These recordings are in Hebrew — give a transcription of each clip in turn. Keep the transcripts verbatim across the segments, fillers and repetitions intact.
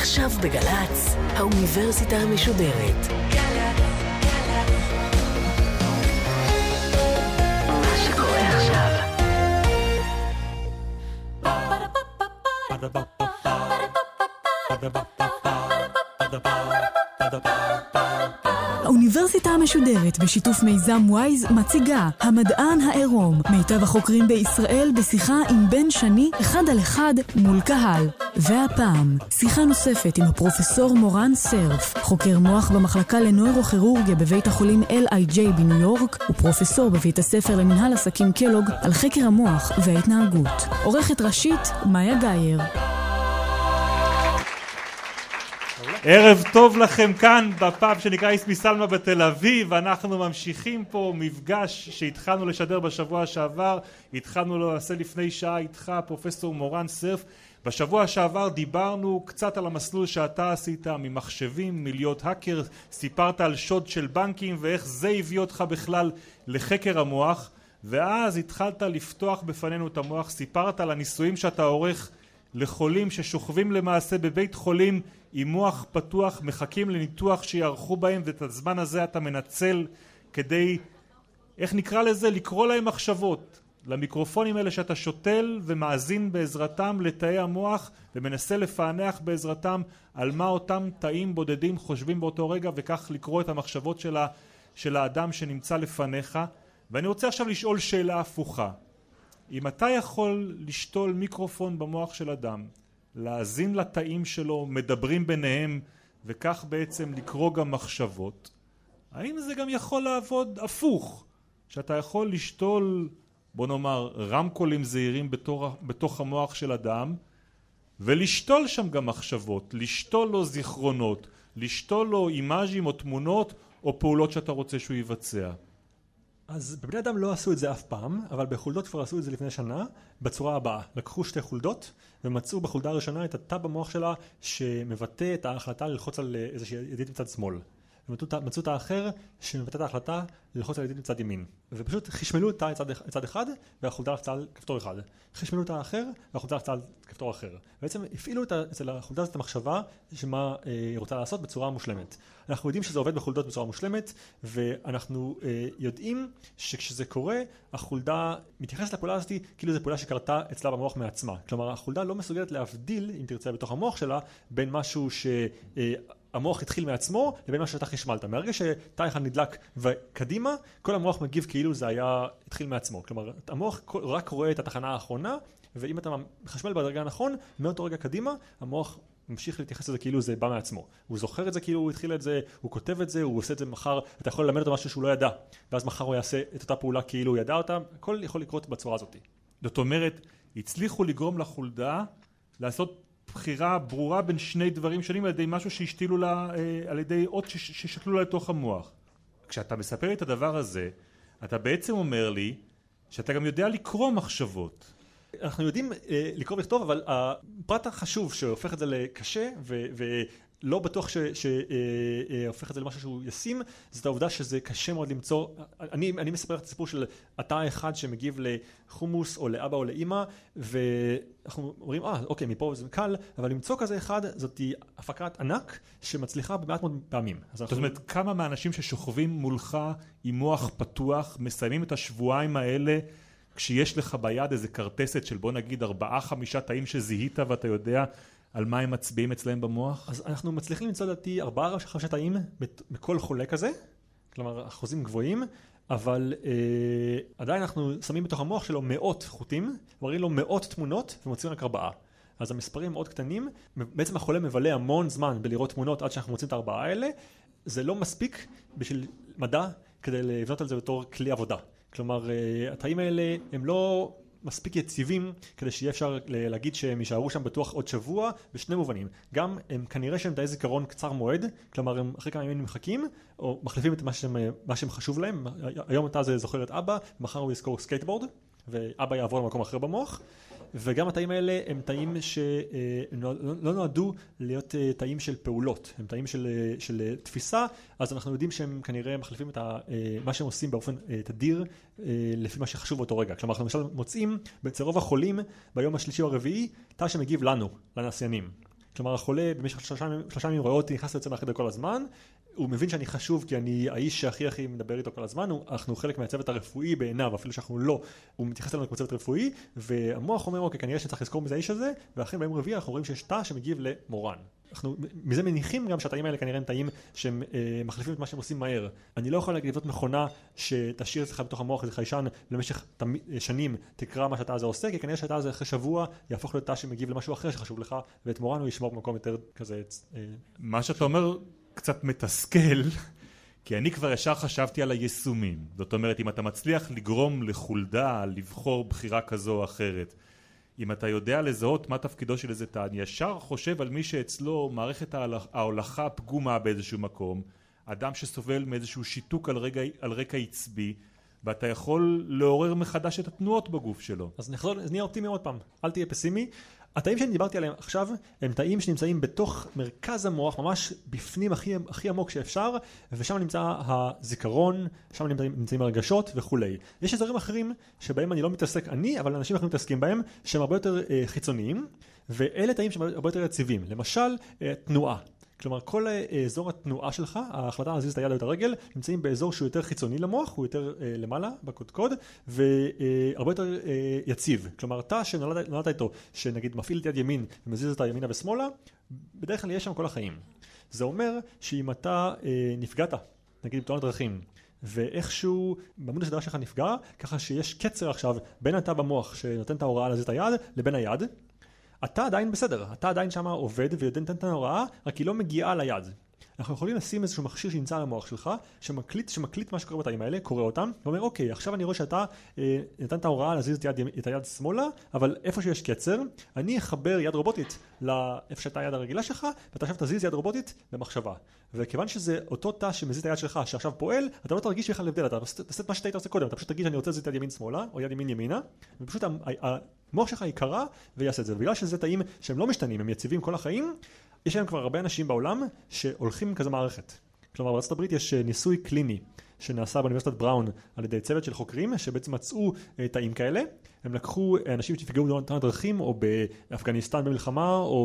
עכשיו בגלץ, האוניברסיטה המשודרת. מה שקורה עכשיו. האוניברסיטה המשודרת בשיתוף מיזם וויז מציגה המדען העירום, מיטב החוקרים בישראל בשיחה עם בן שני אחד על אחד מול קהל. והפעם, שיחה נוספת עם הפרופסור מורן סרף, חוקר מוח במחלקה לנוירוכירורגיה בבית החולים אל איי ג'יי בניו יורק, ופרופסור בבית הספר למנהל עסקים קלוג על חקר המוח וההתנהגות. עורכת ראשית, מאיה גייר. ערב טוב לכם כאן בפאב שנקרא איסמי סלמה בתל אביב. אנחנו ממשיכים פה מפגש שהתחלנו לשדר בשבוע שעבר, התחלנו לעשות לפני שעה איתך פרופסור מורן סרף. בשבוע שעבר דיברנו קצת על המסלול שאתה עשית ממחשבים, מלהיות האקר, סיפרת על שוד של בנקים ואיך זה הביא אותך בכלל לחקר המוח, ואז התחלת לפתוח בפנינו את המוח, סיפרת על הניסויים שאתה עורך לחולים ששוכבים למעשה בבית חולים עם מוח פתוח, מחכים לניתוח שיערכו בהם, ואת הזמן הזה אתה מנצל כדי, איך נקרא לזה, לקרוא להם מחשבות, למיקרופונים האלה שאתה שותל ומאזין בעזרתם לתאי המוח ומנסה לפענח בעזרתם על מה אותם תאים בודדים חושבים באותו רגע, וכך לקרוא את המחשבות של, ה, של האדם שנמצא לפניך. ואני רוצה עכשיו לשאול שאלה הפוכה. אם אתה יכול לשתול מיקרופון במוח של אדם, להאזין לתאים שלו, מדברים ביניהם, וכך בעצם לקרוא גם מחשבות, האם זה גם יכול לעבוד הפוך? שאתה יכול לשתול, בוא נאמר, רמקולים זהירים בתוך, בתוך המוח של אדם, ולשתול שם גם מחשבות, לשתול לו זיכרונות, לשתול לו אימאז'ים או תמונות או פעולות שאתה רוצה שהוא יבצע. אז בבני אדם לא עשו את זה אף פעם, אבל בחולדות כבר עשו את זה לפני שנה בצורה הבאה. לקחו שתי חולדות ומצאו בחולדה הראשונה את התא במוח שלה שמבטא את ההחלטה ללחוץ על איזושהי ידית מצד שמאל. ומצאו תא אחר שמבטא את ההחלטה ללחוץ על ידית מצד ימין. ופשוט חשמלו את תא צד אחד והחולדה לחצה על כפתור אחד. חשמלו את תא אחר והחולדה לחצה על כפתור אחר. בעצם הפעילו אצל החולדה הזאת המחשבה שמה היא רוצה לעשות בצורה מושלמת. אנחנו יודעים שזה עובד בחולדות בצורה מושלמת, ואנחנו יודעים שכשזה קורה, החולדה מתייחסת לפעולה הזאת כאילו זו פעולה שקרתה אצלה במוח מעצמה. כלומר, החולדה לא מסוגלת להבדיל, אם תרצה, בתוך המוח שלה, בין משהו ש... המוח התחיל מעצמו לבין מה שאתה חשמלת. מהרגע שתא אחד נדלק וקדימה, כל המוח מגיב כאילו זה היה התחיל מעצמו. כלומר, המוח רק רואה את התחנה האחרונה, ואם אתה חשמל בדרגה הנכון, מאותו רגע קדימה, המוח ממשיך להתייחס לזה כאילו זה בא מעצמו. הוא זוכר את זה כאילו הוא התחיל את זה, הוא כותב את זה, הוא עושה את זה מחר, אתה יכול ללמד אותו משהו שהוא לא ידע, ואז מחר הוא יעשה את אותה פעולה כאילו הוא ידע אותה. הכל יכול לקרות בצורה הזאת. זאת אומרת, הצליחו לגרום לחולדה לעשות בחירה ברורה בין שני דברים שונים על ידי משהו שהשתילו לה, על ידי עוד ששתלו לה לתוך המוח. כשאתה מספר לי את הדבר הזה, אתה בעצם אומר לי שאתה גם יודע לקרוא מחשבות. אנחנו יודעים אה, לקרוא ולכתוב, אבל הפרט החשוב שהופך את זה לקשה ו... ו- לא בטוח שהופך את זה למשהו שהוא ישים, זאת העובדה שזה קשה מאוד למצוא. אני, אני מספר את הסיפור של התא אחד שמגיב לחומוס או לאבא או לאמא, ואנחנו אומרים, אה, אוקיי, מפה זה קל, אבל למצוא כזה אחד, זאת הפקת ענק שמצליחה במעט מאוד פעמים. זאת אומרת, כמה מהאנשים ששוכבים מולך עם מוח פתוח, מסיימים את השבועיים האלה, כשיש לך ביד איזה קרטסת של בוא נגיד ארבעה חמישה תאים שזיהית ואתה יודע על מה הם מצביעים אצלהם במוח? אז אנחנו מצליחים למצוא לדעתי ארבעה חמישה תאים בכל חולה כזה, כלומר אחוזים גבוהים, אבל אה, עדיין אנחנו שמים בתוך המוח שלו מאות חוטים, מראים לו מאות תמונות ומוצאים רק ארבעה. אז המספרים מאוד קטנים, בעצם החולה מבלה המון זמן בלראות תמונות עד שאנחנו מוצאים את הארבעה האלה, זה לא מספיק בשביל מדע כדי לבנות על זה בתור כלי עבודה. כלומר, התאים האלה הם לא מספיק יציבים כדי שיהיה אפשר להגיד שהם יישארו שם בטוח עוד שבוע בשני מובנים. גם הם כנראה שהם תאי זיכרון קצר מועד, כלומר הם אחרי כמה ימים נמחקים או מחליפים את מה שהם, מה שהם חשוב להם. היום אתה זה זוכר את אבא, מחר הוא יזכור סקייטבורד ואבא יעבור למקום אחר במוח. וגם התאים האלה הם תאים שלא נועדו להיות תאים של פעולות, הם תאים של, של תפיסה, אז אנחנו יודעים שהם כנראה מחליפים את מה שהם עושים באופן תדיר לפי מה שחשוב באותו רגע. כלומר, אנחנו למשל מוצאים אצל רוב החולים ביום השלישי או הרביעי תא שמגיב לנו, לנסיינים. כלומר, החולה במשך שלושה ימים רואה אותי, נכנס ויוצא מהחדר כל הזמן, הוא מבין שאני חשוב כי אני האיש שהכי הכי מדבר איתו כל הזמן, אנחנו חלק מהצוות הרפואי בעיניו, אפילו שאנחנו לא, הוא מתייחס אלינו כמו צוות רפואי, והמוח אומר, אוקיי, כנראה שצריך לזכור מזה האיש הזה, ואחרי ביום רביעי אנחנו רואים שיש תא שמגיב למורן. אנחנו מזה מניחים גם שהתאים האלה כנראה הם תאים שהם אה, מחליפים את מה שהם עושים מהר. אני לא יכול לבנות מכונה שתשאיר אצלך בתוך המוח איזה חיישן למשך תמ... שנים תקרא מה שאתה הזה עושה, כי כנראה שאתה הזה אחרי שבוע יהפוך להיות תא שמגיב למשהו אחר שחשוב לך, ואת מורן הוא ישמור במקום יותר כזה... אה... מה שאתה אומר קצת מתסכל, כי אני כבר ישר חשבתי על היישומים. זאת אומרת, אם אתה מצליח לגרום לחולדה לבחור בחירה כזו או אחרת, אם אתה יודע לזהות מה תפקידו של איזה תא, אני ישר חושב על מי שאצלו מערכת ההולכה פגומה באיזשהו מקום, אדם שסובל מאיזשהו שיתוק על רקע, על רקע עצבי, ואתה יכול לעורר מחדש את התנועות בגוף שלו. אז נחזור, אז נהיה אופטימי עוד פעם, אל תהיה פסימי. התאים שאני דיברתי עליהם עכשיו הם תאים שנמצאים בתוך מרכז המוח, ממש בפנים הכי, הכי עמוק שאפשר, ושם נמצא הזיכרון, שם נמצאים הרגשות וכולי. יש אזורים אחרים שבהם אני לא מתעסק אני, אבל אנשים אחרים מתעסקים בהם, שהם הרבה יותר אה, חיצוניים, ואלה תאים שהם הרבה יותר יציבים. למשל, אה, תנועה. כלומר, כל אזור התנועה שלך, ההחלטה להזיז את היד או את הרגל, נמצאים באזור שהוא יותר חיצוני למוח, הוא יותר אה, למעלה בקודקוד, והרבה יותר אה, יציב. כלומר, תא שנולדת איתו, שנגיד מפעיל את יד ימין ומזיז אותה ימינה ושמאלה, בדרך כלל יש שם כל החיים. זה אומר שאם אתה אה, נפגעת, נגיד בתאונת דרכים, ואיכשהו בעמוד השדרה שלך נפגע, ככה שיש קצר עכשיו בין התא במוח שנותן את ההוראה להזיז את היד, לבין היד, אתה עדיין בסדר, אתה עדיין שם עובד ויודע את ההוראה, רק היא לא מגיעה ליד. אנחנו יכולים לשים איזשהו מכשיר שנמצא על המוח שלך, שמקליט, שמקליט מה שקורה בתאים האלה, קורא אותם, ואומר, אוקיי, עכשיו אני רואה שאתה אה, נתן את ההוראה להזיז את, יד, את היד שמאלה, אבל איפה שיש קצר, אני אחבר יד רובוטית לאיפה שאתה היד הרגילה שלך, ואתה עכשיו תזיז יד רובוטית במחשבה. וכיוון שזה אותו תא שמזיז את היד שלך, שעכשיו פועל, אתה לא תרגיש בכלל הבדל, אתה תעשה את מה שאתה היית עושה קודם, אתה פשוט תרגיש שאני רוצה להזיז את יד ימין שמאלה, או יד ימין ימינה, ופשוט המוח שלך יקרה ויעשה את זה. ובגלל שזה תאים שהם לא משתנים, הם יציבים כל החיים, יש להם כבר הרבה אנשים בעולם שהולכים עם כזה מערכת. כלומר, בארצות הברית יש ניסוי קליני שנעשה באוניברסיטת בראון על ידי צוות של חוקרים שבעצם מצאו תאים כאלה. הם לקחו אנשים שנפגעו בתאונת דרכים או באפגניסטן במלחמה או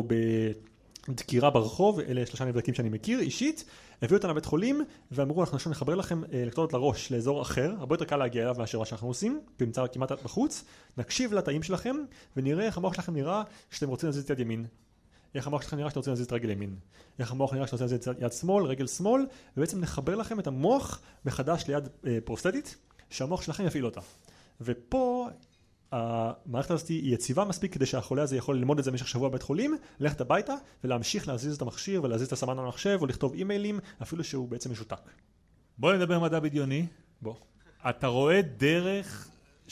בדקירה ברחוב, אלה שלושה נבדקים שאני מכיר אישית, הביאו אותם לבית חולים ואמרו אנחנו עכשיו נחבר לכם אלקטרודות לראש לאזור אחר, הרבה יותר קל להגיע אליו מאשר מה שאנחנו עושים, נמצא כמעט בחוץ, נקשיב לתאים שלכם ונראה איך המוח שלכם נראה כשאתם רוצים להזיז את יד ימין. איך המוח שלך נראה שאתה רוצה להזיז את רגל ימין, איך המוח נראה שאתה רוצה להזיז את יד שמאל, רגל שמאל, ובעצם נחבר לכם את המוח מחדש ליד אה, פרוסטטית, שהמוח שלכם יפעיל אותה. ופה המערכת הזאת היא יציבה מספיק כדי שהחולה הזה יכול ללמוד את זה במשך שבוע בבית חולים, ללכת הביתה ולהמשיך להזיז את המכשיר ולהזיז את הסמן המחשב או לכתוב אימיילים, אפילו שהוא בעצם משותק. בוא נדבר מדע בדיוני. בוא. אתה רואה דרך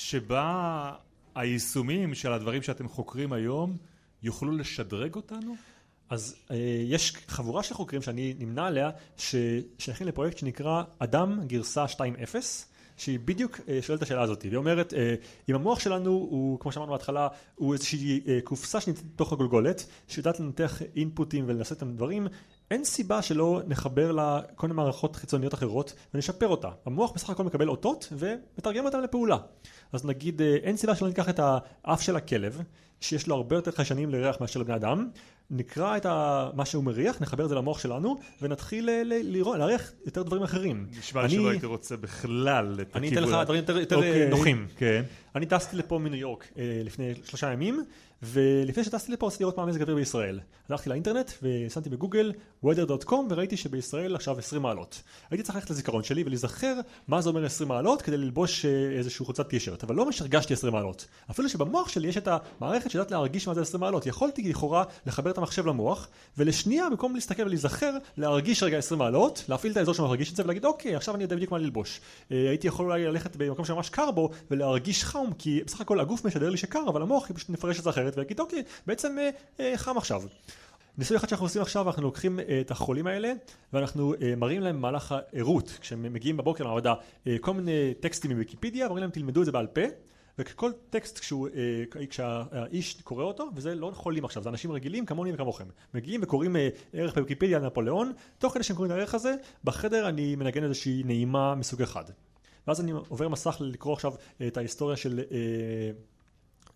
שבה היישומים של הדברים שאתם חוקרים היום יוכלו לשדרג אותנו? אז אה, יש חבורה של חוקרים שאני נמנה עליה ששייכים לפרויקט שנקרא אדם גרסה שתיים אפס, שהיא בדיוק אה, שואלת את השאלה הזאת. והיא אומרת, אה, אם המוח שלנו הוא, כמו שאמרנו בהתחלה, הוא איזושהי אה, קופסה שנמצאת בתוך הגולגולת, שיודעת לנתח אינפוטים ולנסות את הדברים, אין סיבה שלא נחבר לה כל מיני מערכות חיצוניות אחרות ונשפר אותה. המוח בסך הכל מקבל אותות ומתרגם אותם לפעולה. אז נגיד, אה, אין סיבה שלא ניקח את האף של הכלב, שיש לו הרבה יותר חיישנים לריח מאשר לבני אדם, נקרא את ה... מה שהוא מריח, נחבר את זה למוח שלנו, ונתחיל להריח יותר דברים אחרים. נשמע אני... שלא הייתי רוצה בכלל את אני אתן לך דברים יותר, יותר okay. נוחים. כן. אני טסתי לפה מניו יורק לפני שלושה ימים, ולפני שטסתי לפה רציתי לראות מה מזג האוויר בישראל. הלכתי לאינטרנט ושמתי בגוגל weather דוט קום וראיתי שבישראל עכשיו עשרים מעלות. הייתי צריך ללכת לזיכרון שלי ולהיזכר מה זה אומר עשרים מעלות כדי ללבוש איזשהו חולצת טישרט, אבל לא משרגשתי עשרים מעלות. אפילו שבמוח שלי יש את המערכת שיודעת להרגיש מה זה עשרים מעלות. יכולתי לכאורה לחבר את המחשב למוח, ולשנייה במקום להסתכל ולהיזכר, להרגיש רגע עשרים מעלות, להפעיל את האזור שמרגיש את זה ולהגיד אוקיי, עכשיו אני יודע בדיוק מה ללבוש. הייתי יכול אולי ללכת במקום שממש קר בו ולהרגיש חום, כי בסך הכל הגוף משדר לי שקר, אבל המוח פשוט נפרש את זה אחרת ולהגיד אוקיי, בעצם אה, אה, חם עכשיו. ניסוי אחד שאנחנו עושים עכשיו, אנחנו לוקחים אה, את החולים האלה ואנחנו אה, מראים להם במהלך העירות, כשהם מגיעים בבוקר למעבדה, אה, כל מיני טקסטים מוויקיפדיה, מראים להם תלמדו את זה בעל פה, וכל טקסט כשהוא, אה, כשהאיש קורא אותו, וזה לא חולים עכשיו, זה אנשים רגילים כמוני וכמוכם, מגיעים וקוראים אה, ערך בוויקיפדיה על נפוליאון, תוך כדי שהם קוראים את הערך הזה, בחדר אני מנגן איזושהי נעימה מסוג אחד. ואז אני עובר מסך לקרוא עכשיו את ההיסטוריה של... אה,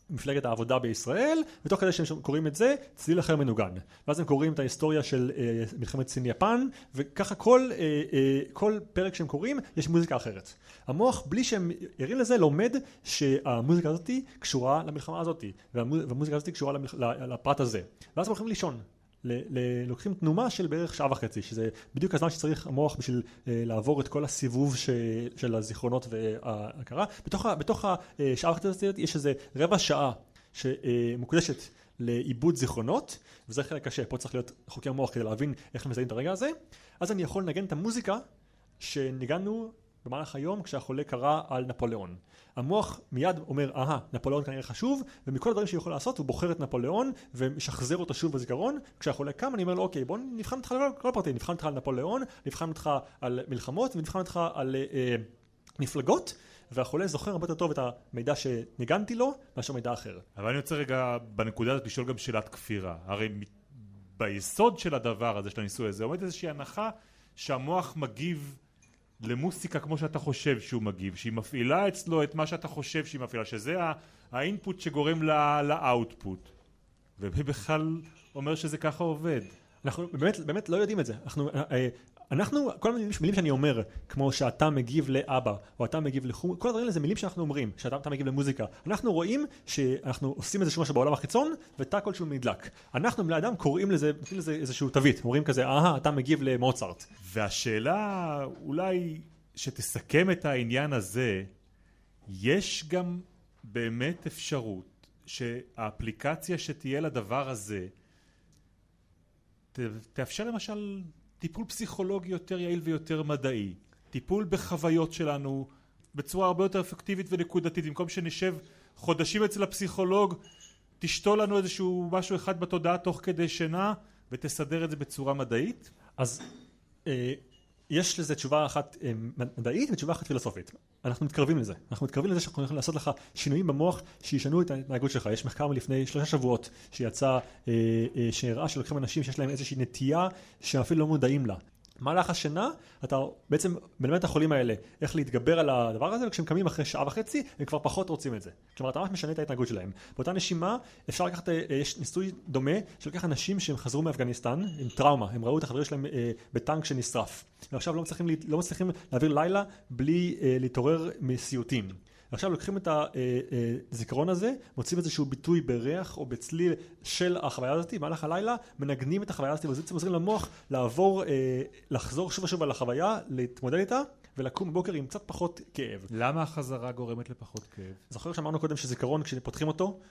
מפלגת העבודה בישראל, ותוך כדי שהם קוראים את זה, צליל אחר מנוגן. ואז הם קוראים את ההיסטוריה של אה, מלחמת סין יפן, וככה כל, אה, אה, כל פרק שהם קוראים, יש מוזיקה אחרת. המוח, בלי שהם ירים לזה, לומד שהמוזיקה הזאת קשורה למלחמה הזאת, והמוזיקה הזאת קשורה למלח... לפרט הזה. ואז הם הולכים לישון. לוקחים תנומה של בערך שעה וחצי, שזה בדיוק הזמן שצריך המוח בשביל לעבור את כל הסיבוב של הזיכרונות וההכרה. בתוך השעה וחצי הזאת יש איזה רבע שעה שמוקדשת לעיבוד זיכרונות, וזה חלק קשה, פה צריך להיות חוקר מוח כדי להבין איך מזהים את הרגע הזה. אז אני יכול לנגן את המוזיקה שניגענו במהלך היום כשהחולה קרא על נפוליאון. המוח מיד אומר, אהה, נפוליאון כנראה חשוב, ומכל הדברים שהוא יכול לעשות, הוא בוחר את נפוליאון ומשחזר אותו שוב בזיכרון. כשהחולה קם, אני אומר לו, אוקיי, בוא נבחן אותך על כל הפרטים, נבחן אותך על נפוליאון, נבחן אותך על מלחמות, ונבחן אותך על אה, מפלגות, והחולה זוכר הרבה יותר טוב את המידע שניגנתי לו, מאשר מידע אחר. אבל אני רוצה רגע בנקודה הזאת לשאול גם שאלת כפירה. הרי ביסוד של הדבר הזה, של הניסוי הזה, עומד איזושהי הנחה שהמוח מגיב למוסיקה כמו שאתה חושב שהוא מגיב, שהיא מפעילה אצלו את מה שאתה חושב שהיא מפעילה, שזה האינפוט שגורם לאוטפוט. ומי בכלל אומר שזה ככה עובד? אנחנו באמת, באמת לא יודעים את זה. אנחנו, אנחנו, כל המילים שאני אומר, כמו שאתה מגיב לאבא, או אתה מגיב לחום, כל הדברים האלה זה מילים שאנחנו אומרים, שאתה מגיב למוזיקה. אנחנו רואים שאנחנו עושים איזשהו משהו בעולם החיצון, ותא כלשהו נדלק. אנחנו, בני אדם, קוראים לזה, נותנים לזה איזשהו תווית. אומרים כזה, אהה, אתה מגיב למוצרט. והשאלה, אולי שתסכם את העניין הזה, יש גם באמת אפשרות שהאפליקציה שתהיה לדבר הזה, תאפשר למשל טיפול פסיכולוגי יותר יעיל ויותר מדעי, טיפול בחוויות שלנו בצורה הרבה יותר אפקטיבית ונקודתית. במקום שנשב חודשים אצל הפסיכולוג, תשתול לנו איזשהו משהו אחד בתודעה תוך כדי שינה ותסדר את זה בצורה מדעית. אז אה, יש לזה תשובה אחת אה, מדעית ותשובה אחת פילוסופית. אנחנו מתקרבים לזה. אנחנו מתקרבים לזה שאנחנו יכולים לעשות לך שינויים במוח שישנו את ההתנהגות שלך. יש מחקר מלפני שלושה שבועות שיצא, אה, אה, שהראה שלוקחים אנשים שיש להם איזושהי נטייה שאפילו לא מודעים לה. מהלך השינה, אתה בעצם מלמד את החולים האלה איך להתגבר על הדבר הזה, וכשהם קמים אחרי שעה וחצי, הם כבר פחות רוצים את זה. כלומר, אתה ממש משנה את ההתנהגות שלהם. באותה נשימה, אפשר לקחת, יש ניסוי דומה, שלוקח אנשים שהם חזרו מאפגניסטן, עם טראומה, הם ראו את החברים שלהם אה, בטנק שנשרף. ועכשיו לא מצליחים, לא מצליחים להעביר לילה בלי אה, להתעורר מסיוטים. ועכשיו לוקחים את הזיכרון הזה, מוצאים איזשהו ביטוי בריח או בצליל של החוויה הזאת, במהלך הלילה, מנגנים את החוויה הזאת, וזה עוזרים למוח לעבור, לחזור שוב ושוב על החוויה, להתמודד איתה, ולקום בבוקר עם קצת פחות כאב. למה החזרה גורמת לפחות כאב? זוכר שאמרנו קודם שזיכרון, כשפותחים אותו,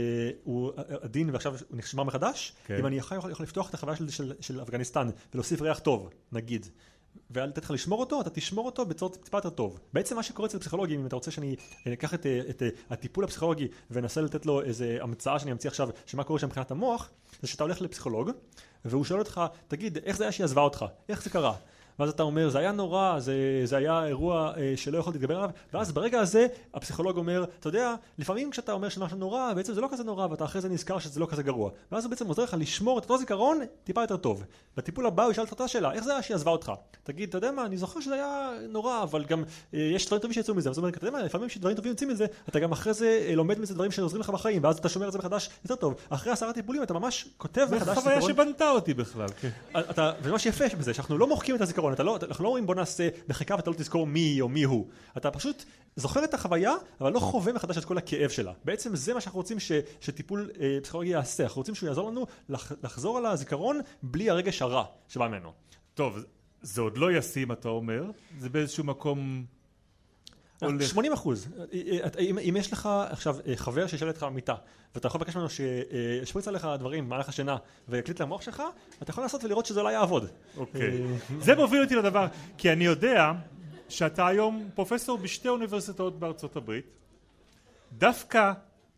הוא עדין ועכשיו הוא נשמר מחדש. אם אני יכול לפתוח את החוויה של אפגניסטן ולהוסיף ריח טוב, נגיד, ואל תתך לשמור אותו, אתה תשמור אותו בצורה טיפה יותר טוב. בעצם מה שקורה אצל פסיכולוגים, אם אתה רוצה שאני אקח את, את, את הטיפול הפסיכולוגי ונסה לתת לו איזו המצאה שאני אמציא עכשיו, שמה קורה שם מבחינת המוח, זה שאתה הולך לפסיכולוג, והוא שואל אותך, תגיד, איך זה היה שהיא עזבה אותך? איך זה קרה? ואז אתה אומר, זה היה נורא, זה, זה היה אירוע אה, שלא יכולתי להתגבר עליו, ואז ברגע הזה הפסיכולוג אומר, אתה יודע, לפעמים כשאתה אומר שמשהו נורא, בעצם זה לא כזה נורא, ואתה אחרי זה נזכר שזה לא כזה גרוע. ואז הוא בעצם עוזר לך לשמור את אותו זיכרון טיפה יותר טוב. בטיפול הבא הוא ישאל את אותה שאלה, איך זה היה שהיא עזבה אותך? תגיד, אתה יודע מה, אני זוכר שזה היה נורא, אבל גם אה, יש דברים טובים שיצאו מזה. אז הוא אומר, אתה יודע מה, לפעמים שדברים טובים יוצאים מזה, אתה גם אחרי זה לומד מזה דברים שעוזרים לך בחיים, ואז אתה שומר את זה מחדש יותר טוב. אחרי עשרה טיפולים אתה ממש כותב מחדש חוויה שבנתה אותי בכלל. אתה, ומה שיפה בזה, שאנחנו לא מוחקים את הזיכרון, אתה לא, אנחנו לא אומרים בוא נעשה מחיקה ואתה לא תזכור מי או מי הוא. אתה פשוט זוכר את החוויה, אבל לא חווה מחדש את כל הכאב שלה. בעצם זה מה שאנחנו רוצים ש, שטיפול אה, פסיכולוגי יעשה. אנחנו רוצים שהוא יעזור לנו לח, לחזור על הזיכרון בלי הרגש הרע שבא ממנו. טוב, זה עוד לא ישים, אתה אומר. זה באיזשהו מקום שמונים אחוז. אם, אם יש לך עכשיו חבר שישאל אותך במיטה, ואתה יכול לבקש ממנו שישפריץ עליך דברים במהלך השינה, ויקליט למוח שלך, אתה יכול לעשות ולראות שזה אולי יעבוד. אוקיי. זה מוביל אותי לדבר, כי אני יודע שאתה היום פרופסור בשתי אוניברסיטאות בארצות הברית, דווקא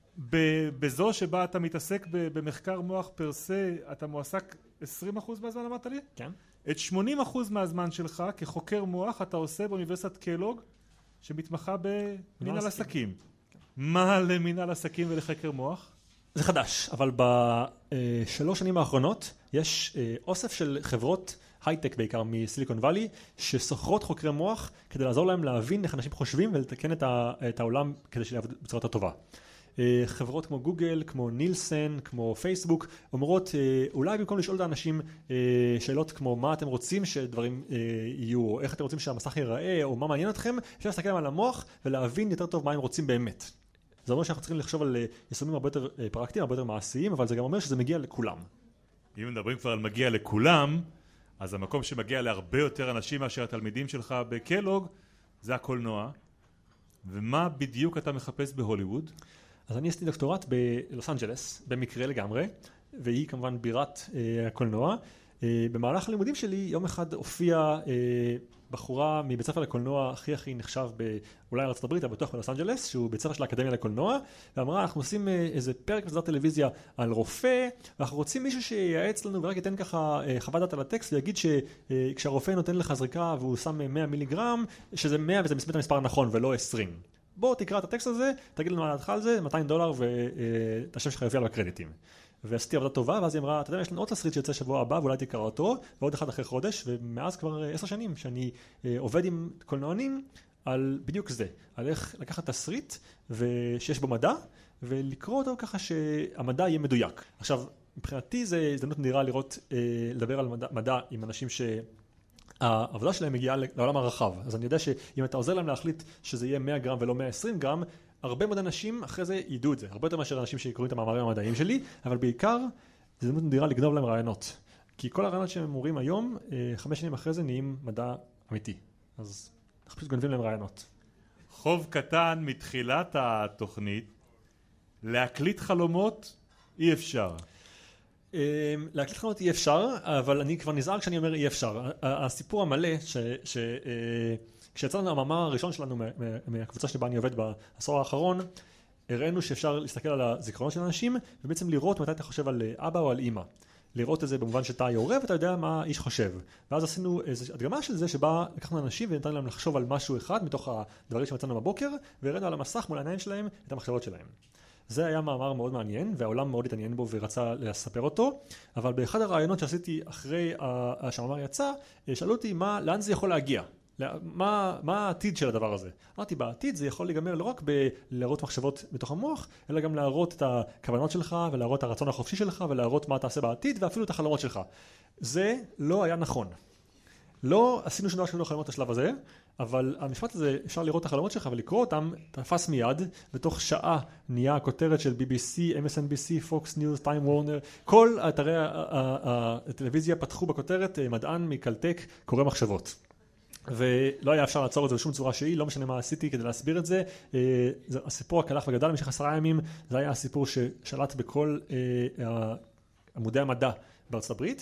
בזו שבה אתה מתעסק במחקר מוח פרסה, אתה מועסק עשרים אחוז מהזמן, אמרת לי? כן. את שמונים אחוז מהזמן שלך כחוקר מוח אתה עושה באוניברסיטת קלוג, שמתמחה במנהל עסקים. מה למנהל עסקים ולחקר מוח? זה חדש, אבל בשלוש שנים האחרונות יש אוסף של חברות הייטק בעיקר מסיליקון ואלי, שסוחרות חוקרי מוח כדי לעזור להם להבין איך אנשים חושבים ולתקן את העולם כדי שיעבוד בצורה טובה. חברות כמו גוגל, כמו נילסן, כמו פייסבוק, אומרות, אולי במקום לשאול את האנשים שאלות כמו מה אתם רוצים שדברים יהיו, או איך אתם רוצים שהמסך ייראה, או מה מעניין אתכם, אפשר להסתכל על המוח ולהבין יותר טוב מה הם רוצים באמת. זה אומר שאנחנו צריכים לחשוב על יישומים הרבה יותר פרקטיים, הרבה יותר מעשיים, אבל זה גם אומר שזה מגיע לכולם. אם מדברים כבר על מגיע לכולם, אז המקום שמגיע להרבה יותר אנשים מאשר התלמידים שלך בקלוג, זה הקולנוע. ומה בדיוק אתה מחפש בהוליווד? אז אני עשיתי דוקטורט בלוס אנג'לס, במקרה לגמרי, והיא כמובן בירת אה, הקולנוע. אה, במהלך הלימודים שלי, יום אחד הופיעה אה, בחורה מבית ספר לקולנוע הכי הכי נחשב באולי ארצות הברית, אבל בטוח בלוס אנג'לס, שהוא בית ספר של האקדמיה לקולנוע, ואמרה, אנחנו עושים אה, איזה פרק בסדרת טלוויזיה על רופא, ואנחנו רוצים מישהו שייעץ לנו ורק ייתן ככה אה, חוות דעת על הטקסט, ויגיד שכשהרופא נותן לך זריקה והוא שם מאה מיליגרם, שזה מאה וזה מספר המספר הנכון ולא עשרים. בוא תקרא את הטקסט הזה, תגיד לנו מה דעתך על זה, מאתיים דולר ואת השם שלך יופיע בקרדיטים. ועשיתי עבודה טובה, ואז היא אמרה, אתה יודע, יש לנו עוד תסריט שיוצא שבוע הבא, ואולי תקרא אותו, ועוד אחד אחרי חודש, ומאז כבר עשר שנים שאני עובד עם קולנוענים על בדיוק זה, על איך לקחת תסריט שיש בו מדע, ולקרוא אותו ככה שהמדע יהיה מדויק. עכשיו, מבחינתי זה הזדמנות נדירה לראות, לדבר על מדע, מדע עם אנשים ש... העבודה שלהם מגיעה לעולם הרחב, אז אני יודע שאם אתה עוזר להם להחליט שזה יהיה מאה גרם ולא מאה ועשרים גרם, הרבה מאוד אנשים אחרי זה ידעו את זה, הרבה יותר מאשר אנשים שקוראים את המאמרים המדעיים שלי, אבל בעיקר זה הזדמנות נדירה לגנוב להם רעיונות, כי כל הרעיונות שהם אומרים היום, חמש שנים אחרי זה נהיים מדע אמיתי, אז אנחנו פשוט גונבים להם רעיונות. חוב קטן מתחילת התוכנית, להקליט חלומות אי אפשר. להקליט חלומות אי אפשר, אבל אני כבר נזהר כשאני אומר אי אפשר. הסיפור המלא, כשיצאנו המאמר הראשון שלנו מהקבוצה שבה אני עובד בעשור האחרון, הראינו שאפשר להסתכל על הזיכרונות של אנשים, ובעצם לראות מתי אתה חושב על אבא או על אמא. לראות את זה במובן שאתה יורה ואתה יודע מה האיש חושב. ואז עשינו איזו הדגמה של זה שבה לקחנו אנשים ונתנו להם לחשוב על משהו אחד מתוך הדברים שמצאנו בבוקר, והראינו על המסך מול העיניים שלהם את המחשבות שלהם. זה היה מאמר מאוד מעניין, והעולם מאוד התעניין בו ורצה לספר אותו, אבל באחד הרעיונות שעשיתי אחרי שהמאמר יצא, שאלו אותי מה, לאן זה יכול להגיע, מה, מה העתיד של הדבר הזה. אמרתי, בעתיד זה יכול להיגמר לא רק בלהראות מחשבות בתוך המוח, אלא גם להראות את הכוונות שלך, ולהראות את הרצון החופשי שלך, ולהראות מה תעשה בעתיד, ואפילו את החלומות שלך. זה לא היה נכון. לא עשינו שום דבר שלא חלומות לשלב הזה, אבל המשפט הזה, אפשר לראות את החלומות שלך ולקרוא אותם, תפס מיד, בתוך שעה נהיה הכותרת של בי בי סי, אם אס אן בי סי, Fox News, Time Warner, כל אתרי הטלוויזיה פתחו בכותרת, מדען מקלטק קורא מחשבות. ולא היה אפשר לעצור את זה בשום צורה שהיא, לא משנה מה עשיתי כדי להסביר את זה. הסיפור הקלח וגדל במשך עשרה ימים, זה היה הסיפור ששלט בכל עמודי המדע בארצות הברית.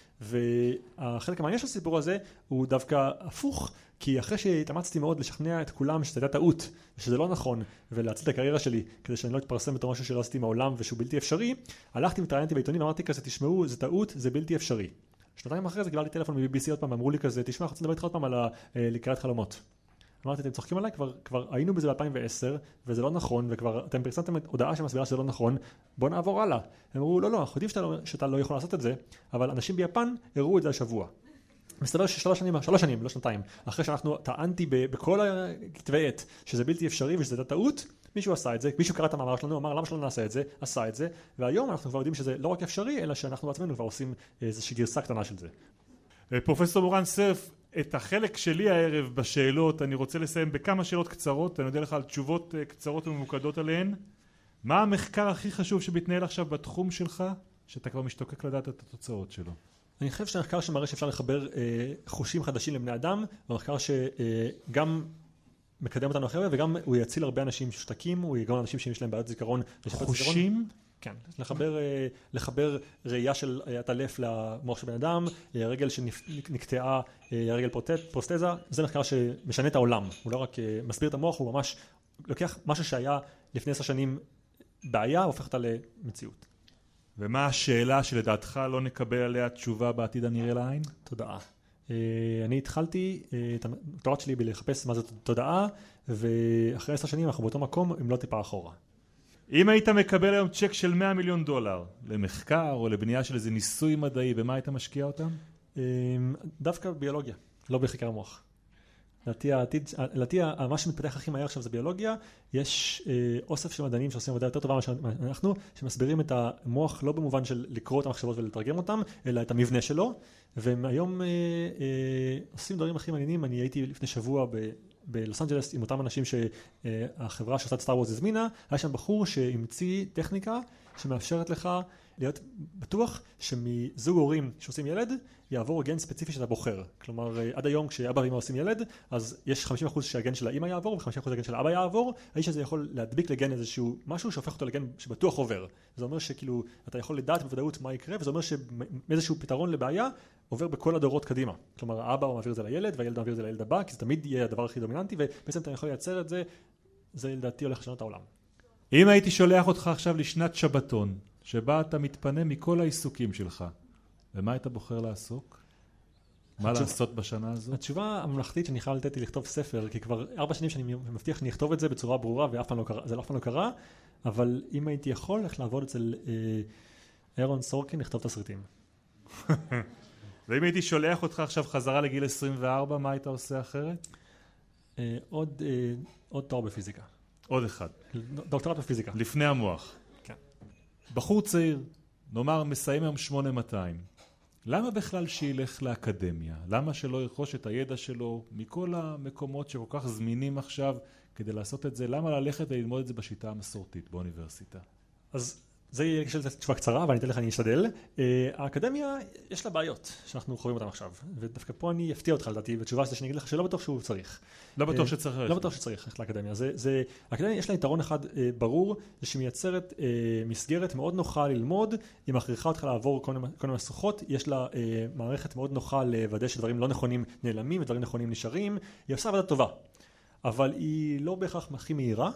והחלק המעניין של הסיפור הזה הוא דווקא הפוך, כי אחרי שהתאמצתי מאוד לשכנע את כולם שזה הייתה טעות ושזה לא נכון ולהציל את הקריירה שלי כדי שאני לא אתפרסם בתור משהו שלא עשיתי מעולם ושהוא בלתי אפשרי, הלכתי והתראיינתי בעיתונים ואמרתי כזה, תשמעו, זה טעות, זה בלתי אפשרי. שנתיים אחרי זה קיבלתי טלפון מ-בי בי סי עוד פעם, אמרו לי כזה, תשמע, אנחנו רוצים לדבר איתך עוד פעם על לקראת חלומות. אמרתי, אתם צוחקים עליי, כבר, כבר היינו בזה ב-אלפיים ועשר, וזה לא נכון, וכבר אתם פרסמתם הודעה שמסבירה שזה לא נכון, בוא נעבור הלאה. הם אמרו, לא, לא, אנחנו יודעים שאתה לא, שאתה לא יכול לעשות את זה, אבל אנשים ביפן הראו את זה השבוע. מסתבר ששלוש שנים, שלוש שנים, לא שנתיים, אחרי שאנחנו טענתי בכל הכתבי עת, שזה בלתי אפשרי ושזה טעות, מישהו עשה את זה, מישהו קרא את המאמר שלנו, אמר למה שלא נעשה את זה, עשה את זה, והיום אנחנו כבר יודעים שזה לא רק אפשרי, אלא שאנחנו בעצמנו כבר עושים איזושהי גרסה קטנה של זה. פרופסור מורן סרף, את החלק שלי הערב בשאלות אני רוצה לסיים בכמה שאלות קצרות, אני יודע לך על תשובות קצרות וממוקדות עליהן. מה המחקר הכי חשוב שמתנהל עכשיו בתחום שלך, שאתה כבר משתוקק לדעת את התוצאות שלו? אני חושב שהמחקר שמראה שאפשר לחבר אה, חושים חדשים לבני אדם, והמחקר שגם אה, מקדם אותנו אחרי, וגם הוא יציל הרבה אאנשים ששתקים, הוא יגרום לאנשים שיש להם בעיות זיכרון. חושים? כן, לחבר, אה, לחבר ראייה של הטלף למוח של בן אדם, הרגל שנקטעה, הרגל פרוסטזה, זה מחקר שמשנה את העולם. הוא לא רק אה, מסביר את המוח, הוא ממש לוקח משהו שהיה לפני עשר שנים בעיה, הופך אותה למציאות. ומה השאלה שלדעתך לא נקבל עליה תשובה בעתיד הנראה לעין? תודעה. אני התחלתי את התואר שלי בלחפש מה זאת תודעה, ואחרי עשר שנים אנחנו באותו מקום, אם לא טיפה אחורה. אם היית מקבל היום צ'ק של מאה מיליון דולר למחקר או לבנייה של איזה ניסוי מדעי, במה היית משקיע אותם? דווקא ביולוגיה, לא בחקר המוח. לדעתי העתיד, לדעתי מה שמתפתח הכי מהר עכשיו זה ביולוגיה, יש אה, אוסף של מדענים שעושים עבודה יותר טובה ממה שאנחנו, שמסבירים את המוח לא במובן של לקרוא את המחשבות ולתרגם אותם, אלא את המבנה שלו, והם היום אה, אה, עושים דברים הכי מעניינים. אני הייתי לפני שבוע ב... בלוס אנג'לס עם אותם אנשים שהחברה שעושה את סטאר וורס הזמינה, היה שם בחור שהמציא טכניקה שמאפשרת לך להיות בטוח שמזוג הורים שעושים ילד יעבור גן ספציפי שאתה בוחר. כלומר, עד היום כשאבא ואמא עושים ילד, אז יש חמישים אחוז שהגן של האמא יעבור ו-חמישים אחוז שהגן של האבא יעבור. האיש הזה יכול להדביק לגן איזשהו משהו שהופך אותו לגן שבטוח עובר. זה אומר שכאילו אתה יכול לדעת בוודאות מה יקרה, וזה אומר שאיזשהו פתרון לבעיה עובר בכל הדורות קדימה. כלומר, האבא מעביר את זה לילד, והילד מעביר את זה לילד הבא, כי זה תמיד יהיה הדבר הכי דומיננטי, ובעצם אתה יכול לייצר את זה. זה לדעתי הולך לשנות העולם. אם הייתי שולח אותך עכשיו לשנת שבתון, שבה אתה מתפנה מכל העיסוקים שלך, ומה היית בוחר לעסוק? מה לעשות בשנה הזאת? התשובה הממלכתית שאני חייב לתת היא לכתוב ספר, כי כבר ארבע שנים שאני מבטיח שאני אכתוב את זה בצורה ברורה, ואף פעם לא קרה, זה אף פעם לא קרה, אבל אם הייתי יכול, איך לעבוד אצל אירון סורקין, לכתוב את הסרטים. ואם הייתי שולח אותך עכשיו חזרה לגיל עשרים וארבע, מה היית עושה אחרת? עוד, עוד תואר בפיזיקה. עוד אחד. דוקטורט בפיזיקה. לפני המוח. כן. בחור צעיר, נאמר מסיים היום שמונה מאתיים. למה בכלל שילך לאקדמיה? למה שלא ירכוש את הידע שלו מכל המקומות שכל כך זמינים עכשיו כדי לעשות את זה? למה ללכת וללמוד את זה בשיטה המסורתית באוניברסיטה? אז זה יהיה של תשובה קצרה, ואני אתן לך, אני אשתדל. האקדמיה, יש לה בעיות שאנחנו חווים אותן עכשיו, ודווקא פה אני אפתיע אותך לדעתי, בתשובה שזה שאני אגיד לך שלא בטוח שהוא צריך. לא בטוח שצריך. לא בטוח שצריך ללכת לאקדמיה. זה, זה, האקדמיה יש לה יתרון אחד ברור, זה שהיא מייצרת מסגרת מאוד נוחה ללמוד, היא מכריחה אותך לעבור כל מיני משוכות, יש לה מערכת מאוד נוחה לוודא שדברים לא נכונים נעלמים, ודברים נכונים נשארים, היא עושה עבודה טובה, אבל היא לא בהכרח הכי מהירה,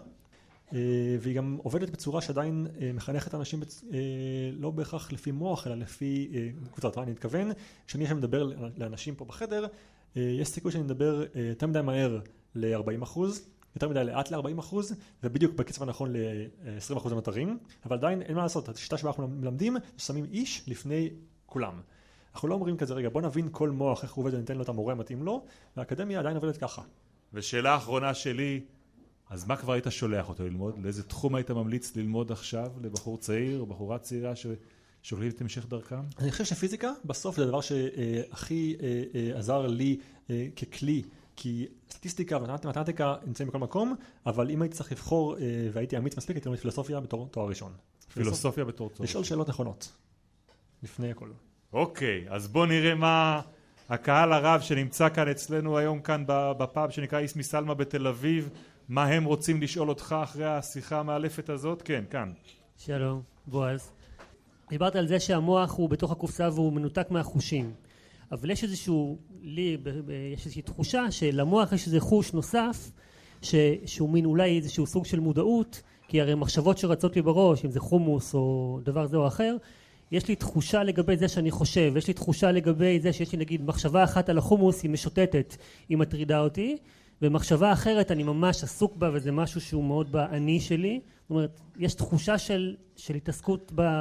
והיא גם עובדת בצורה שעדיין מחנכת אנשים לא בהכרח לפי מוח, אלא לפי קבוצות. אני מתכוון, כשאני עכשיו מדבר לאנשים פה בחדר, יש סיכוי שאני מדבר יותר מדי מהר ל-ארבעים אחוז, יותר מדי לאט ל-ארבעים אחוז, ובדיוק בקצב הנכון ל-עשרים אחוז המטרים, אבל עדיין אין מה לעשות. השיטה שבה אנחנו מלמדים, שמים איש לפני כולם. אנחנו לא אומרים כזה, רגע, בוא נבין כל מוח, איך הוא עובד, וניתן לו את המורה מתאים לו, והאקדמיה עדיין עובדת ככה. ושאלה האחרונה שלי, אז מה כבר היית שולח אותו ללמוד? לאיזה תחום היית ממליץ ללמוד עכשיו לבחור צעיר או בחורה צעירה ששוקלים את המשך דרכם? אני חושב שפיזיקה בסוף זה הדבר שהכי עזר לי ככלי, כי סטטיסטיקה ומתמטיקה נמצאים בכל מקום, אבל אם הייתי צריך לבחור והייתי אמיץ מספיק, הייתי לומד פילוסופיה בתור תואר ראשון. פילוסופיה בתור תואר. לשאול שאלות נכונות, לפני הכל. אוקיי, אז בוא נראה מה הקהל הרב שנמצא כאן אצלנו היום כאן בפאב שנקרא איסמי סלמה בתל אביב, מה הם רוצים לשאול אותך אחרי השיחה המאלפת הזאת? כן, כאן. שלום, בועז. דיברת על זה שהמוח הוא בתוך הקופסה והוא מנותק מהחושים. אבל יש איזשהו, לי, יש איזושהי תחושה שלמוח יש איזה חוש נוסף, ש, שהוא מין אולי איזשהו סוג של מודעות, כי הרי מחשבות שרצות לי בראש, אם זה חומוס או דבר זה או אחר, יש לי תחושה לגבי זה שאני חושב, יש לי תחושה לגבי זה שיש לי נגיד מחשבה אחת על החומוס, היא משוטטת, היא מטרידה אותי, ומחשבה אחרת אני ממש עסוק בה, וזה משהו שהוא מאוד בעני שלי. זאת אומרת, יש תחושה של, של התעסקות, ב,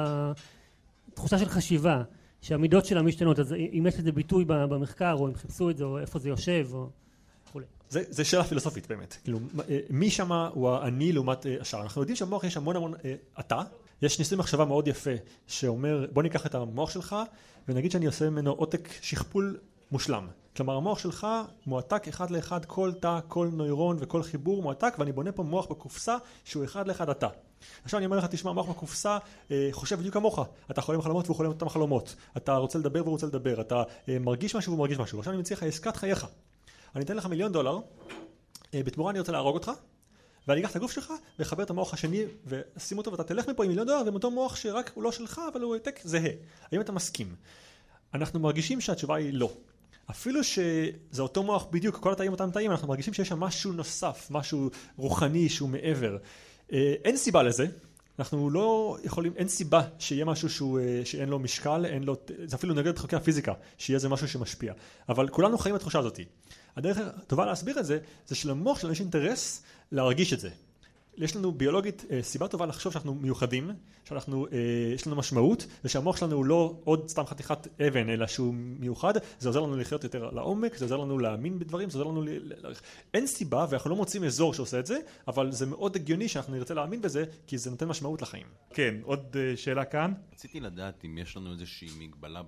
תחושה של חשיבה, שהמידות שלה משתנות. אז אם יש לזה ביטוי במחקר, או אם חיפשו את זה, או איפה זה יושב, או וכו'. זה, זה שאלה פילוסופית באמת. כאילו, מי שמה הוא העני לעומת השאר? אנחנו יודעים שהמוח יש המון המון אתה. יש ניסוי מחשבה מאוד יפה, שאומר, בוא ניקח את המוח שלך, ונגיד שאני עושה ממנו עותק שכפול מושלם. כלומר, המוח שלך מועתק אחד לאחד, כל תא, כל נוירון וכל חיבור מועתק, ואני בונה פה מוח בקופסה שהוא אחד לאחד אתה. עכשיו אני אומר לך, תשמע, מוח בקופסה אה, חושב בדיוק כמוך. אתה חולם חלומות והוא חולם אותם חלומות. אתה רוצה לדבר והוא רוצה לדבר. אתה אה, מרגיש משהו והוא מרגיש משהו. עכשיו אני מציע לך עסקת חייך. אני אתן לך מיליון דולר, אה, בתמורה אני רוצה להרוג אותך, ואני אקח את הגוף שלך וחבר את המוח השני ושים אותו, ואתה תלך מפה עם מיליון דולר, ועם אותו מוח שרק הוא לא שלך, אבל הוא העתק זהה. האם אתה מסכים? אנחנו מרגישים שהתשובה היא לא. אפילו שזה אותו מוח בדיוק, כל התאים אותם תאים, אנחנו מרגישים שיש שם משהו נוסף, משהו רוחני שהוא מעבר. אין סיבה לזה. אנחנו לא יכולים, אין סיבה שיהיה משהו שהוא, שאין לו משקל, אין לו, זה אפילו נגד חוקי הפיזיקה, שיהיה זה משהו שמשפיע. אבל כולנו חיים את התחושה הזאת. הדרך הטובה להסביר את זה, זה שלמוח שלנו יש אינטרס להרגיש את זה. יש לנו ביולוגית סיבה טובה לחשוב שאנחנו מיוחדים, שאנחנו, יש לנו משמעות, ושהמוח שלנו הוא לא עוד סתם חתיכת אבן, אלא שהוא מיוחד. זה עוזר לנו לחיות יותר לעומק, זה עוזר לנו להאמין בדברים, זה עוזר לנו... אין סיבה, ואנחנו לא מוצאים אזור שעושה את זה, אבל זה מאוד הגיוני שאנחנו נרצה להאמין בזה, כי זה נותן משמעות לחיים. כן, עוד שאלה כאן. רציתי לדעת אם יש לנו איזושהי מגבלה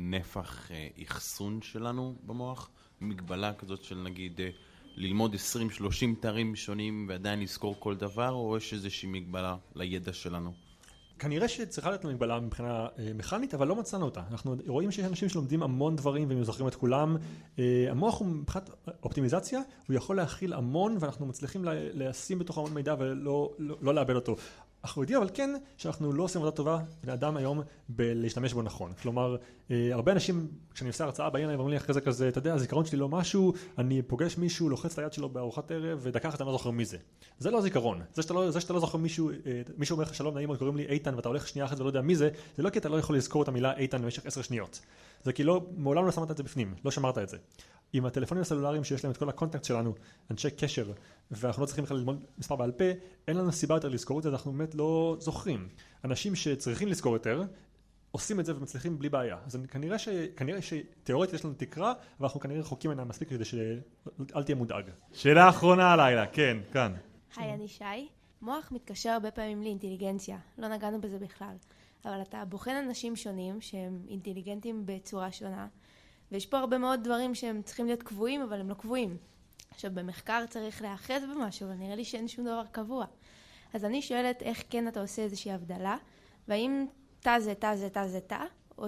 בנפח אחסון שלנו במוח, מגבלה כזאת של נגיד ללמוד עשרים שלושים תארים שונים ועדיין לזכור כל דבר, או יש איזושהי מגבלה לידע שלנו? כנראה שצריכה להיות מגבלה מבחינה מכנית, אבל לא מצאנו אותה. אנחנו רואים שיש אנשים שלומדים המון דברים והם זוכרים את כולם. המוח הוא מבחינת אופטימיזציה, הוא יכול להכיל המון ואנחנו מצליחים לשים בתוך המון מידע ולא לא, לא לאבד אותו. אנחנו יודעים אבל כן שאנחנו לא עושים עבודה טובה בני אדם היום בלהשתמש בו נכון. כלומר, הרבה אנשים, כשאני עושה הרצאה בעניין, אומרים לי אחרי זה כזה, אתה יודע, הזיכרון שלי לא משהו, אני פוגש מישהו, לוחץ את היד שלו בארוחת ערב, ודקה אחת אני לא זוכר מי זה. זה לא זיכרון. זה שאתה לא, זה שאתה לא זוכר מישהו, מישהו אומר לך שלום נעים, קוראים לי איתן, ואתה הולך שנייה אחת ולא יודע מי זה, זה לא כי אתה לא יכול לזכור את המילה איתן במשך עשר שניות. זה כי לא, מעולם לא שמת את זה בפנים, לא שמרת את זה. עם הטלפונים הסלולריים שיש להם את כל הקונטקט שלנו, אנשי קשר, ואנחנו לא צריכים בכלל ללמוד מספר בעל פה, אין לנו סיבה יותר לזכור את זה, אנחנו באמת לא זוכרים. אנשים שצריכים לזכור יותר, עושים את זה ומצליחים בלי בעיה. אז כנראה, ש... כנראה שתיאורטית יש לנו תקרה, ואנחנו כנראה רחוקים ממנה מספיק כדי שאל תהיה מודאג. שאלה אחרונה הלילה, כן, כאן. היי, אני שי. מוח מתקשר הרבה פעמים לאינטליגנציה, לא נגענו בזה בכלל. אבל אתה בוחן אנשים שונים שהם אינטליגנטים בצורה שונה, ויש פה הרבה מאוד דברים שהם צריכים להיות קבועים, אבל הם לא קבועים. עכשיו, במחקר צריך לאחז במשהו, אבל נראה לי שאין שום דבר קבוע. אז אני שואלת איך כן אתה עושה איזושהי הבדלה, והאם תא זה תא זה תא זה תא, או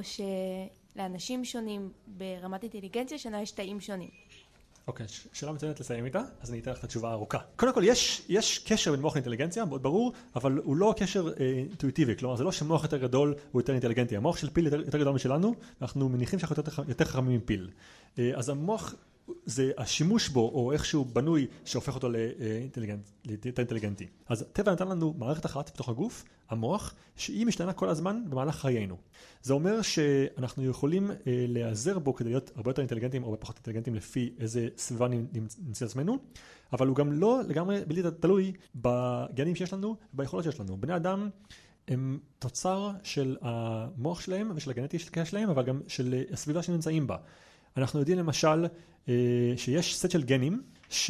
שלאנשים שונים ברמת אינטליגנציה שונה יש תאים שונים. אוקיי, שאלה מצוינת לסיים איתה, אז אני אתן לך את התשובה הארוכה. קודם כל, יש, יש קשר בין מוח לאינטליגנציה, מאוד ברור, אבל הוא לא קשר אה, אינטואיטיבי, כלומר, זה לא שמוח יותר גדול הוא יותר אינטליגנטי. המוח של פיל יותר, יותר גדול משלנו, אנחנו מניחים שאנחנו יותר, יותר חכמים מפיל. אה, אז המוח, זה השימוש בו, או איכשהו בנוי, שהופך אותו לאינטליגנט, ליותר אינטליגנטי. אז הטבע נתן לנו מערכת אחת בתוך הגוף, המוח, שהיא משתנה כל הזמן במהלך חיינו. זה אומר שאנחנו יכולים אה, להיעזר בו כדי להיות הרבה יותר אינטליגנטים או פחות אינטליגנטים לפי איזה סביבה נמצא עצמנו, אבל הוא גם לא לגמרי בלתי תלוי בגנים שיש לנו וביכולות שיש לנו. בני אדם הם תוצר של המוח שלהם ושל הגנטיקה שלהם, אבל גם של הסביבה שנמצאים בה. אנחנו יודעים למשל אה, שיש סט של גנים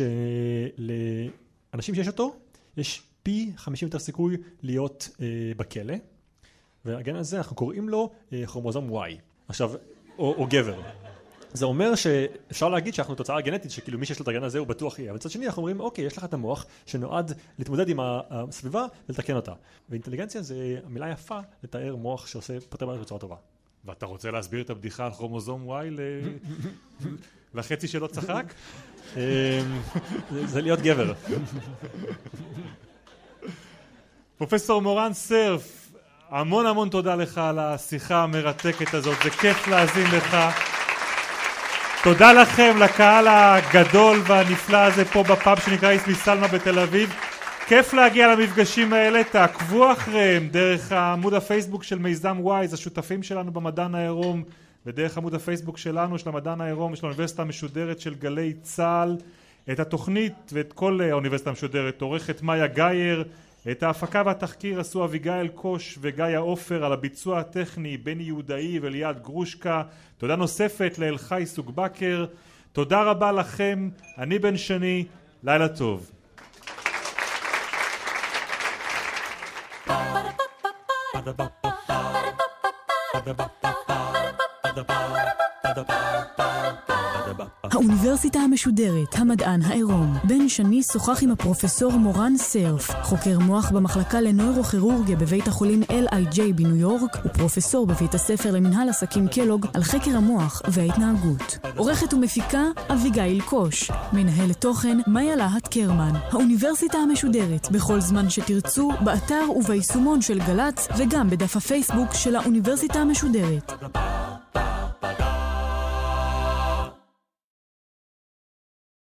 שלאנשים שיש אותו יש פי חמישים יותר סיכוי להיות אה, בכלא, והגן הזה אנחנו קוראים לו אה, כרומוזום Y, עכשיו, או, או גבר. זה אומר שאפשר להגיד שאנחנו תוצאה גנטית שכאילו מי שיש לו את הגן הזה הוא בטוח יהיה, אבל מצד שני אנחנו אומרים אוקיי, יש לך את המוח שנועד להתמודד עם הסביבה ולתקן אותה, ואינטליגנציה זה המילה יפה לתאר מוח שעושה פותר בעיות בצורה טובה. ואתה רוצה להסביר את הבדיחה על כרומוזום Y לחצי שלא צחק? זה להיות גבר. פרופסור מורן סרף, המון המון תודה לך על השיחה המרתקת הזאת, זה כיף להאזין לך. תודה לכם, לקהל הגדול והנפלא הזה פה בפאב שנקרא איסמי סלמה בתל אביב. כיף להגיע למפגשים האלה, תעקבו אחריהם דרך עמוד הפייסבוק של מיזם וויז, השותפים שלנו במדען העירום, ודרך עמוד הפייסבוק שלנו של המדען העירום, של האוניברסיטה המשודרת של גלי צה"ל. את התוכנית ואת כל האוניברסיטה המשודרת עורכת מאיה גייר, את ההפקה והתחקיר עשו אביגיל קוש וגיא עופר, על הביצוע הטכני בני יהודאי וליעד גרושקה. תודה נוספת לאלחי סוגבקר. תודה רבה לכם, אני בן שני, לילה טוב. האוניברסיטה המשודרת, המדען העירום. בן שני שוחח עם הפרופסור מורן סרף, חוקר מוח במחלקה לנוירוכירורגיה בבית החולים אל איי ג'יי בניו יורק, ופרופסור בבית הספר למנהל עסקים קלוג, על חקר המוח וההתנהגות. עורכת ומפיקה אביגיל קוש, מנהלת תוכן מאיה להט קרמן. האוניברסיטה המשודרת, בכל זמן שתרצו, באתר וביישומון של גל"צ, וגם בדף הפייסבוק של האוניברסיטה המשודרת.